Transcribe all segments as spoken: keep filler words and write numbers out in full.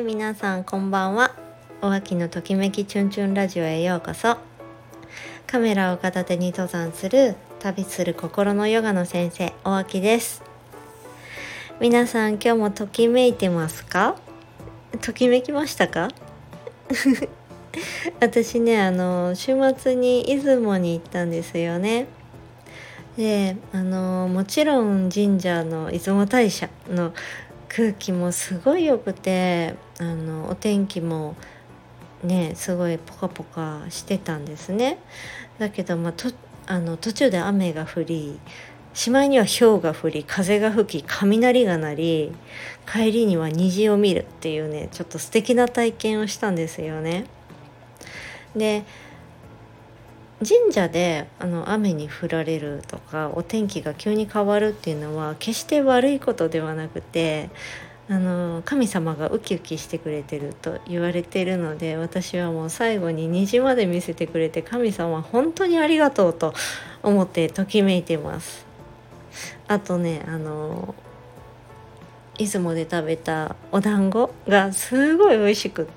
皆さんこんばんは。お秋のときめきチュンチュンラジオへようこそ。カメラを片手に登山する旅する心のヨガの先生、お秋です。皆さん今日もときめいてますか？ときめきましたか？私ね、あの週末に出雲に行ったんですよね。で、あのもちろん神社の出雲大社の空気もすごい良くて、あのお天気もねすごいポカポカしてたんですね。だけど、まあ、とあの途中で雨が降り、しまいには雹が降り、風が吹き、雷が鳴り、帰りには虹を見るっていうね、ちょっと素敵な体験をしたんですよね。で、神社であの雨に降られるとかお天気が急に変わるっていうのは決して悪いことではなくて、あの神様がウキウキしてくれてると言われているので、私はもう最後に虹まで見せてくれて神様本当にありがとうと思ってときめいてます。あとね、あの出雲で食べたお団子がすごい美味しくって、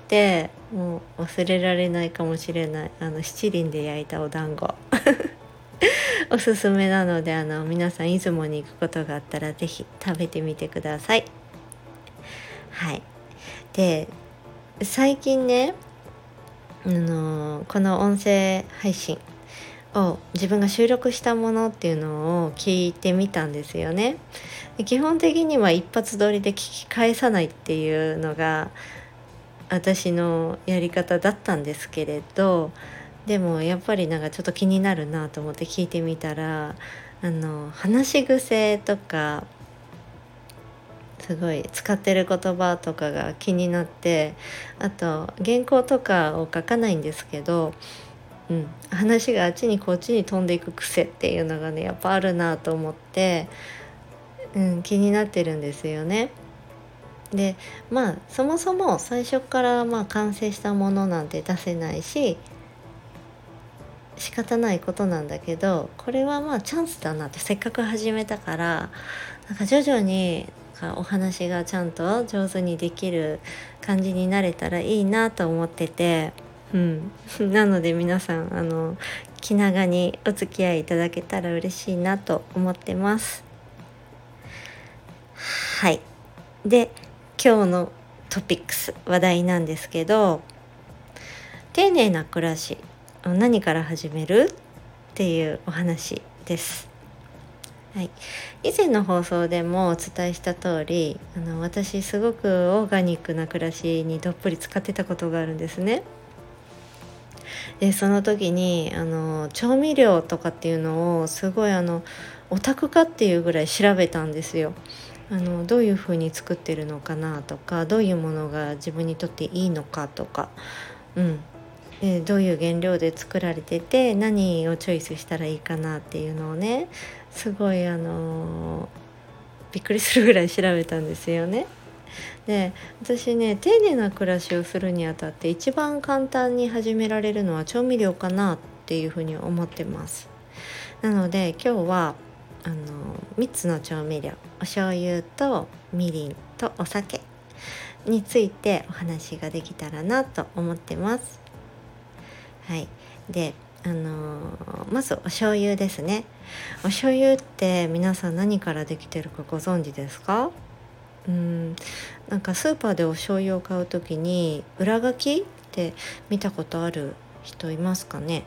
もう忘れられないかもしれない、あの七輪で焼いたお団子おすすめなので、あの皆さん出雲に行くことがあったらぜひ食べてみてください。はい。で、最近ね、あのこの音声配信を自分が収録したものっていうのを聞いてみたんですよね。で、基本的には一発撮りで聞き返さないっていうのが私のやり方だったんですけれど、でもやっぱりなんかちょっと気になるなと思って聞いてみたら、あの話し癖とかすごい使ってる言葉とかが気になって、あと原稿とかを書かないんですけど、うん、話があっちにこっちに飛んでいく癖っていうのがねやっぱあるなと思って、うん、気になってるんですよね。で、まあそもそも最初からまあ完成したものなんて出せないし仕方ないことなんだけど、これはまあチャンスだなって、せっかく始めたからなんか徐々にお話がちゃんと上手にできる感じになれたらいいなと思ってて、うん、なので皆さんあの気長にお付き合いいただけたら嬉しいなと思ってます。はい。で、今日のトピックス話題なんですけど、丁寧な暮らし何から始めるっていうお話です。はい、以前の放送でもお伝えした通り、あの私すごくオーガニックな暮らしにどっぷり使ってたことがあるんですね。で、その時にあの調味料とかっていうのをすごいあのオタクかっていうぐらい調べたんですよ。あのどういう風に作ってるのかなとか、どういうものが自分にとっていいのかとか、うん、でどういう原料で作られてて何をチョイスしたらいいかなっていうのをね、すごいあのーびっくりするぐらい調べたんですよね。で、私ね、丁寧な暮らしをするにあたって一番簡単に始められるのは調味料かなっていうふうに思ってます。なので今日はあのみっつの調味料、お醤油とみりんとお酒についてお話ができたらなと思ってます。はい。で、あのーまずお醤油ですね。お醤油って皆さん何からできてるかご存知ですか？うん、なんかスーパーでお醤油を買うときに裏書きって見たことある人いますかね？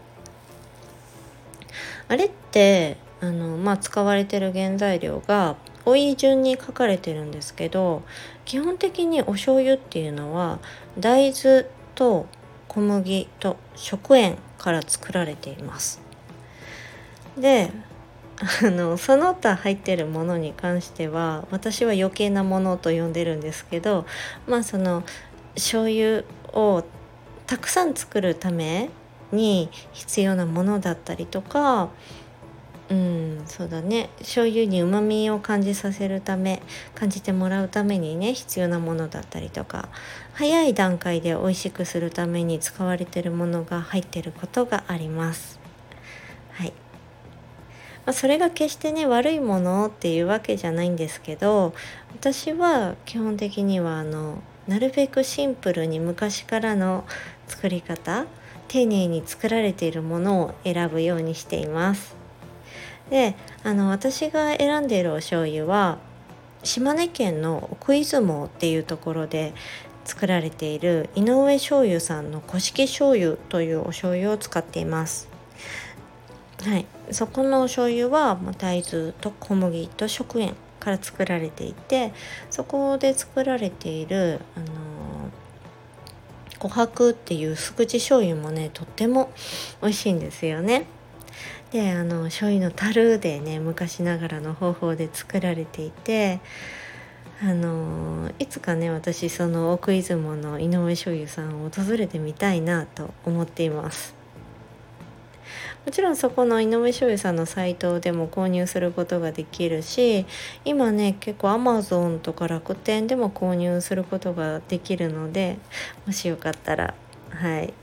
あれってあの、まあ、使われてる原材料が多い順に書かれてるんですけど、基本的にお醤油っていうのは大豆と小麦と食塩から作られています。で、あのその他入ってるものに関しては私は余計なものと呼んでるんですけど、まあその醤油をたくさん作るために必要なものだったりとか、うん、そうだね、醤油に旨味を感じさせるため、感じてもらうためにね必要なものだったりとか、早い段階で美味しくするために使われているものが入っていることがあります。はい。まあ、それが決してね悪いものっていうわけじゃないんですけど、私は基本的にはあのなるべくシンプルに昔からの作り方、丁寧に作られているものを選ぶようにしています。で、あの私が選んでいるお醤油は島根県の奥出雲っていうところで作られている井上醤油さんの古式醤油というお醤油を使っています。はい、そこのお醤油は大豆と小麦と食塩から作られていて、そこで作られている、あのー、琥珀っていう薄口醤油もねとっても美味しいんですよね。で、あの醤油の樽でね昔ながらの方法で作られていて、あのー、いつかね私その奥出雲の井上醤油さんを訪れてみたいなと思っています。もちろんそこの井上醤油さんのサイトでも購入することができるし、今ね結構 Amazon とか楽天でも購入することができるので、もしよかったら、はい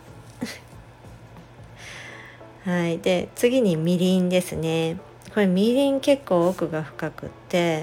はいで次にみりんですね。これみりん結構奥が深くって、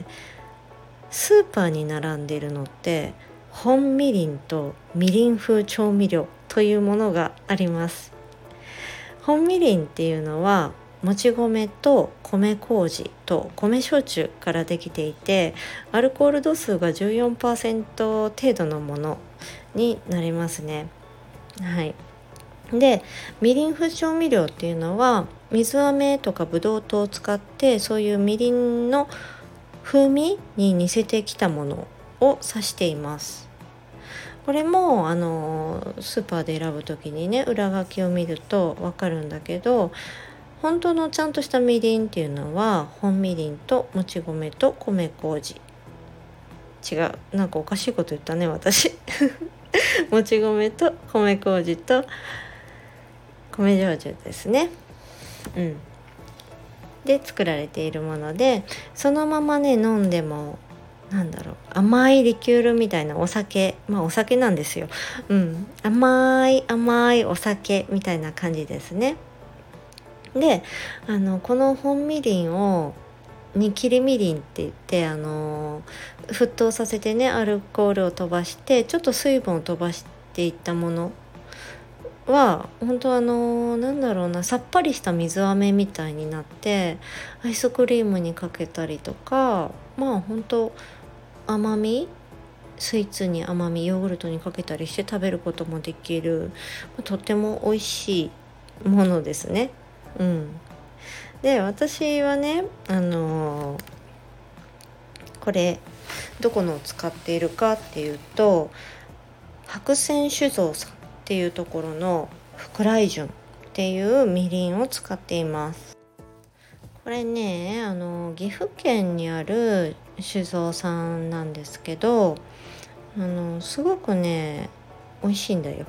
スーパーに並んでいるのって本みりんとみりん風調味料というものがあります。本みりんっていうのはもち米と米麹と米焼酎からできていて、アルコール度数が じゅうよんパーセント 程度のものになりますね。はい。で、みりん風調味料っていうのは水飴とかブドウ糖を使って、そういうみりんの風味に似せてきたものを指しています。これもあのスーパーで選ぶときにね裏書きを見るとわかるんだけど、本当のちゃんとしたみりんっていうのは本みりんともち米と米麹、違う、なんかおかしいこと言ったね私もち米と米麹と米焼酎ですね。うんで作られているもので、そのままね飲んでもなんだろう、甘いリキュールみたいなお酒、まあお酒なんですよ。うん、甘い甘いお酒みたいな感じですね。で、あのこの本みりんを煮切りみりんって言って、あの沸騰させてねアルコールを飛ばしてちょっと水分を飛ばしていったものは本当あのなんだろうな、さっぱりした水飴みたいになってアイスクリームにかけたりとか、まあ本当甘み、スイーツに甘みヨーグルトにかけたりして食べることもできる、とっても美味しいものですね。うん。で、私はねあのこれどこのを使っているかっていうと、白泉酒造さんっていうところの福来順っていうみりんを使っています。これねあの岐阜県にある酒造さんなんですけど、あのすごくね美味しいんだよ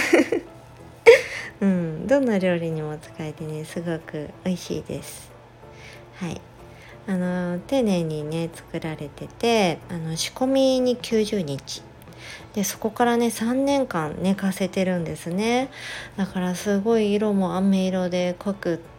うん、どんな料理にも使えてねすごく美味しいです。はい、あの丁寧にね作られてて、あの仕込みにきゅうじゅうにちで、そこからねさんねんかん寝かせてるんですね。だからすごい色も飴色で濃くって、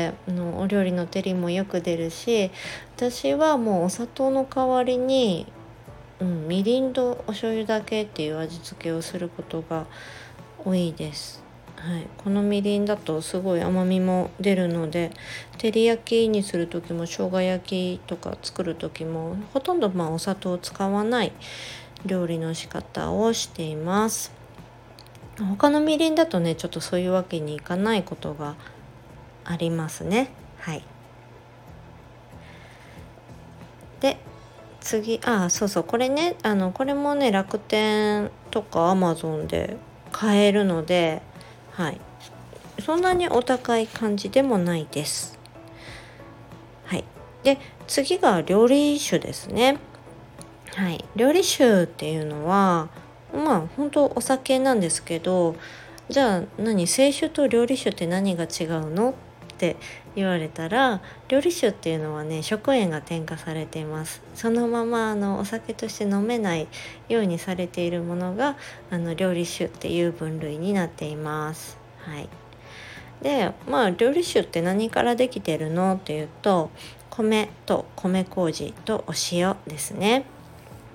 あのお料理の照りもよく出るし、私はもうお砂糖の代わりに、うん、みりんとお醤油だけっていう味付けをすることが多いです。はい、このみりんだとすごい甘みも出るので、照り焼きにする時も生姜焼きとか作る時もほとんどまあお砂糖を使わない料理の仕方をしています。他のみりんだとねちょっとそういうわけにいかないことがありますね。はい。で次、あそうそう、これねあのこれもね楽天とかアマゾンで買えるので、はい、そんなにお高い感じでもないです。はい。で次が料理酒ですね。はい、料理酒っていうのはまあ本当お酒なんですけど、じゃあ何清酒と料理酒って何が違うのって言われたら、料理酒っていうのはね食塩が添加されています。そのままあのお酒として飲めないようにされているものがあの料理酒っていう分類になっています。はい。でまあ料理酒って何からできてるのっていうと、米と米麹とお塩ですね。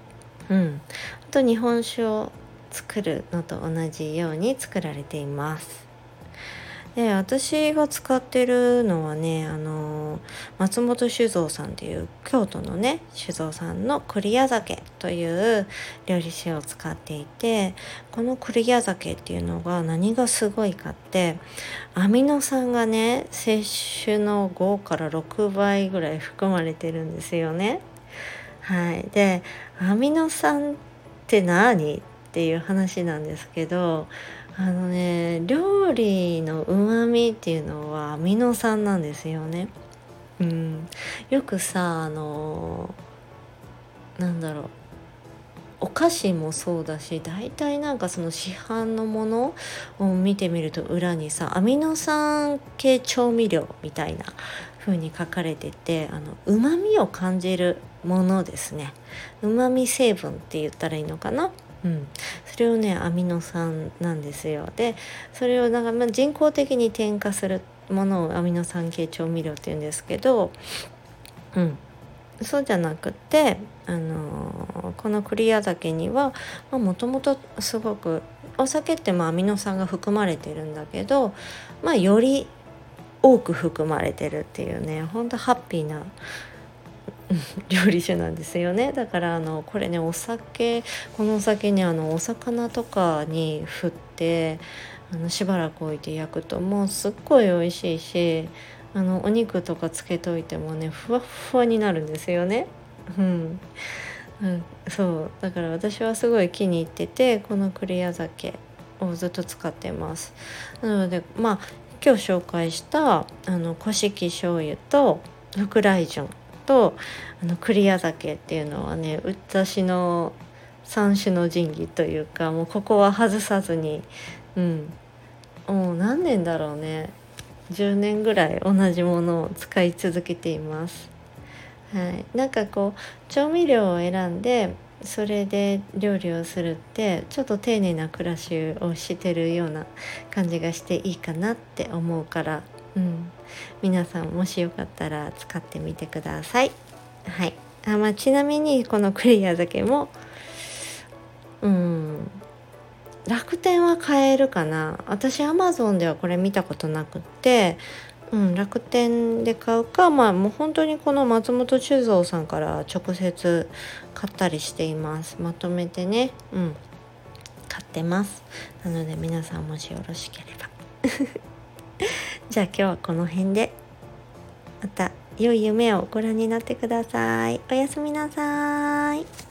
うん、あと日本酒を作るのと同じように作られています。で、私が使ってるのはね、あの松本酒造さんっていう京都のね酒造さんの栗屋酒という料理酒を使っていて、この栗屋酒っていうのが何がすごいかって、アミノ酸がね摂取のごからろくばいぐらい含まれてるんですよね。はい。で、アミノ酸って何っていう話なんですけど、あのね、料理の旨味っていうのはアミノ酸なんですよね。うん。よくさ、あの、なんだろう、お菓子もそうだし、大体なんかその市販のものを見てみると裏にさ、アミノ酸系調味料みたいな風に書かれてて、あの旨味を感じるものですね。旨味成分って言ったらいいのかな。うん、それをねアミノ酸なんですよ。でそれをなんか、まあ、人工的に添加するものをアミノ酸系調味料って言うんですけど、うん、そうじゃなくて、あのーこの栗屋酒にはもともとすごくお酒ってまあアミノ酸が含まれてるんだけど、まあ、より多く含まれてるっていうね、ほんとハッピーな料理酒なんですよね。だからあのこれね、お酒このお酒にあのお魚とかに振ってあのしばらく置いて焼くともうすっごい美味しいし、あのお肉とかつけといてもねふわっふわになるんですよね。うん、うん、そうだから私はすごい気に入ってて、この栗屋酒をずっと使ってます。なのでまあ今日紹介したあの古式醤油と福来順とあの栗屋酒っていうのはね、私の三種の神器というか、もうここは外さずに、うん、もう何年だろうね、じゅうねんぐらい同じものを使い続けています。はい、なんかこう調味料を選んでそれで料理をするってちょっと丁寧な暮らしをしてるような感じがしていいかなって思うから、うん、皆さんもしよかったら使ってみてください。はい。あ、まあ、ちなみにこのクリア酒も、うん、楽天は買えるかな。私アマゾンではこれ見たことなくって、うん、楽天で買うか、まあもう本当にこの松本酒造さんから直接買ったりしています。まとめてね、うん、買ってます。なので皆さんもしよろしければ。じゃあ今日はこの辺で、また良い夢をご覧になってください。おやすみなさい。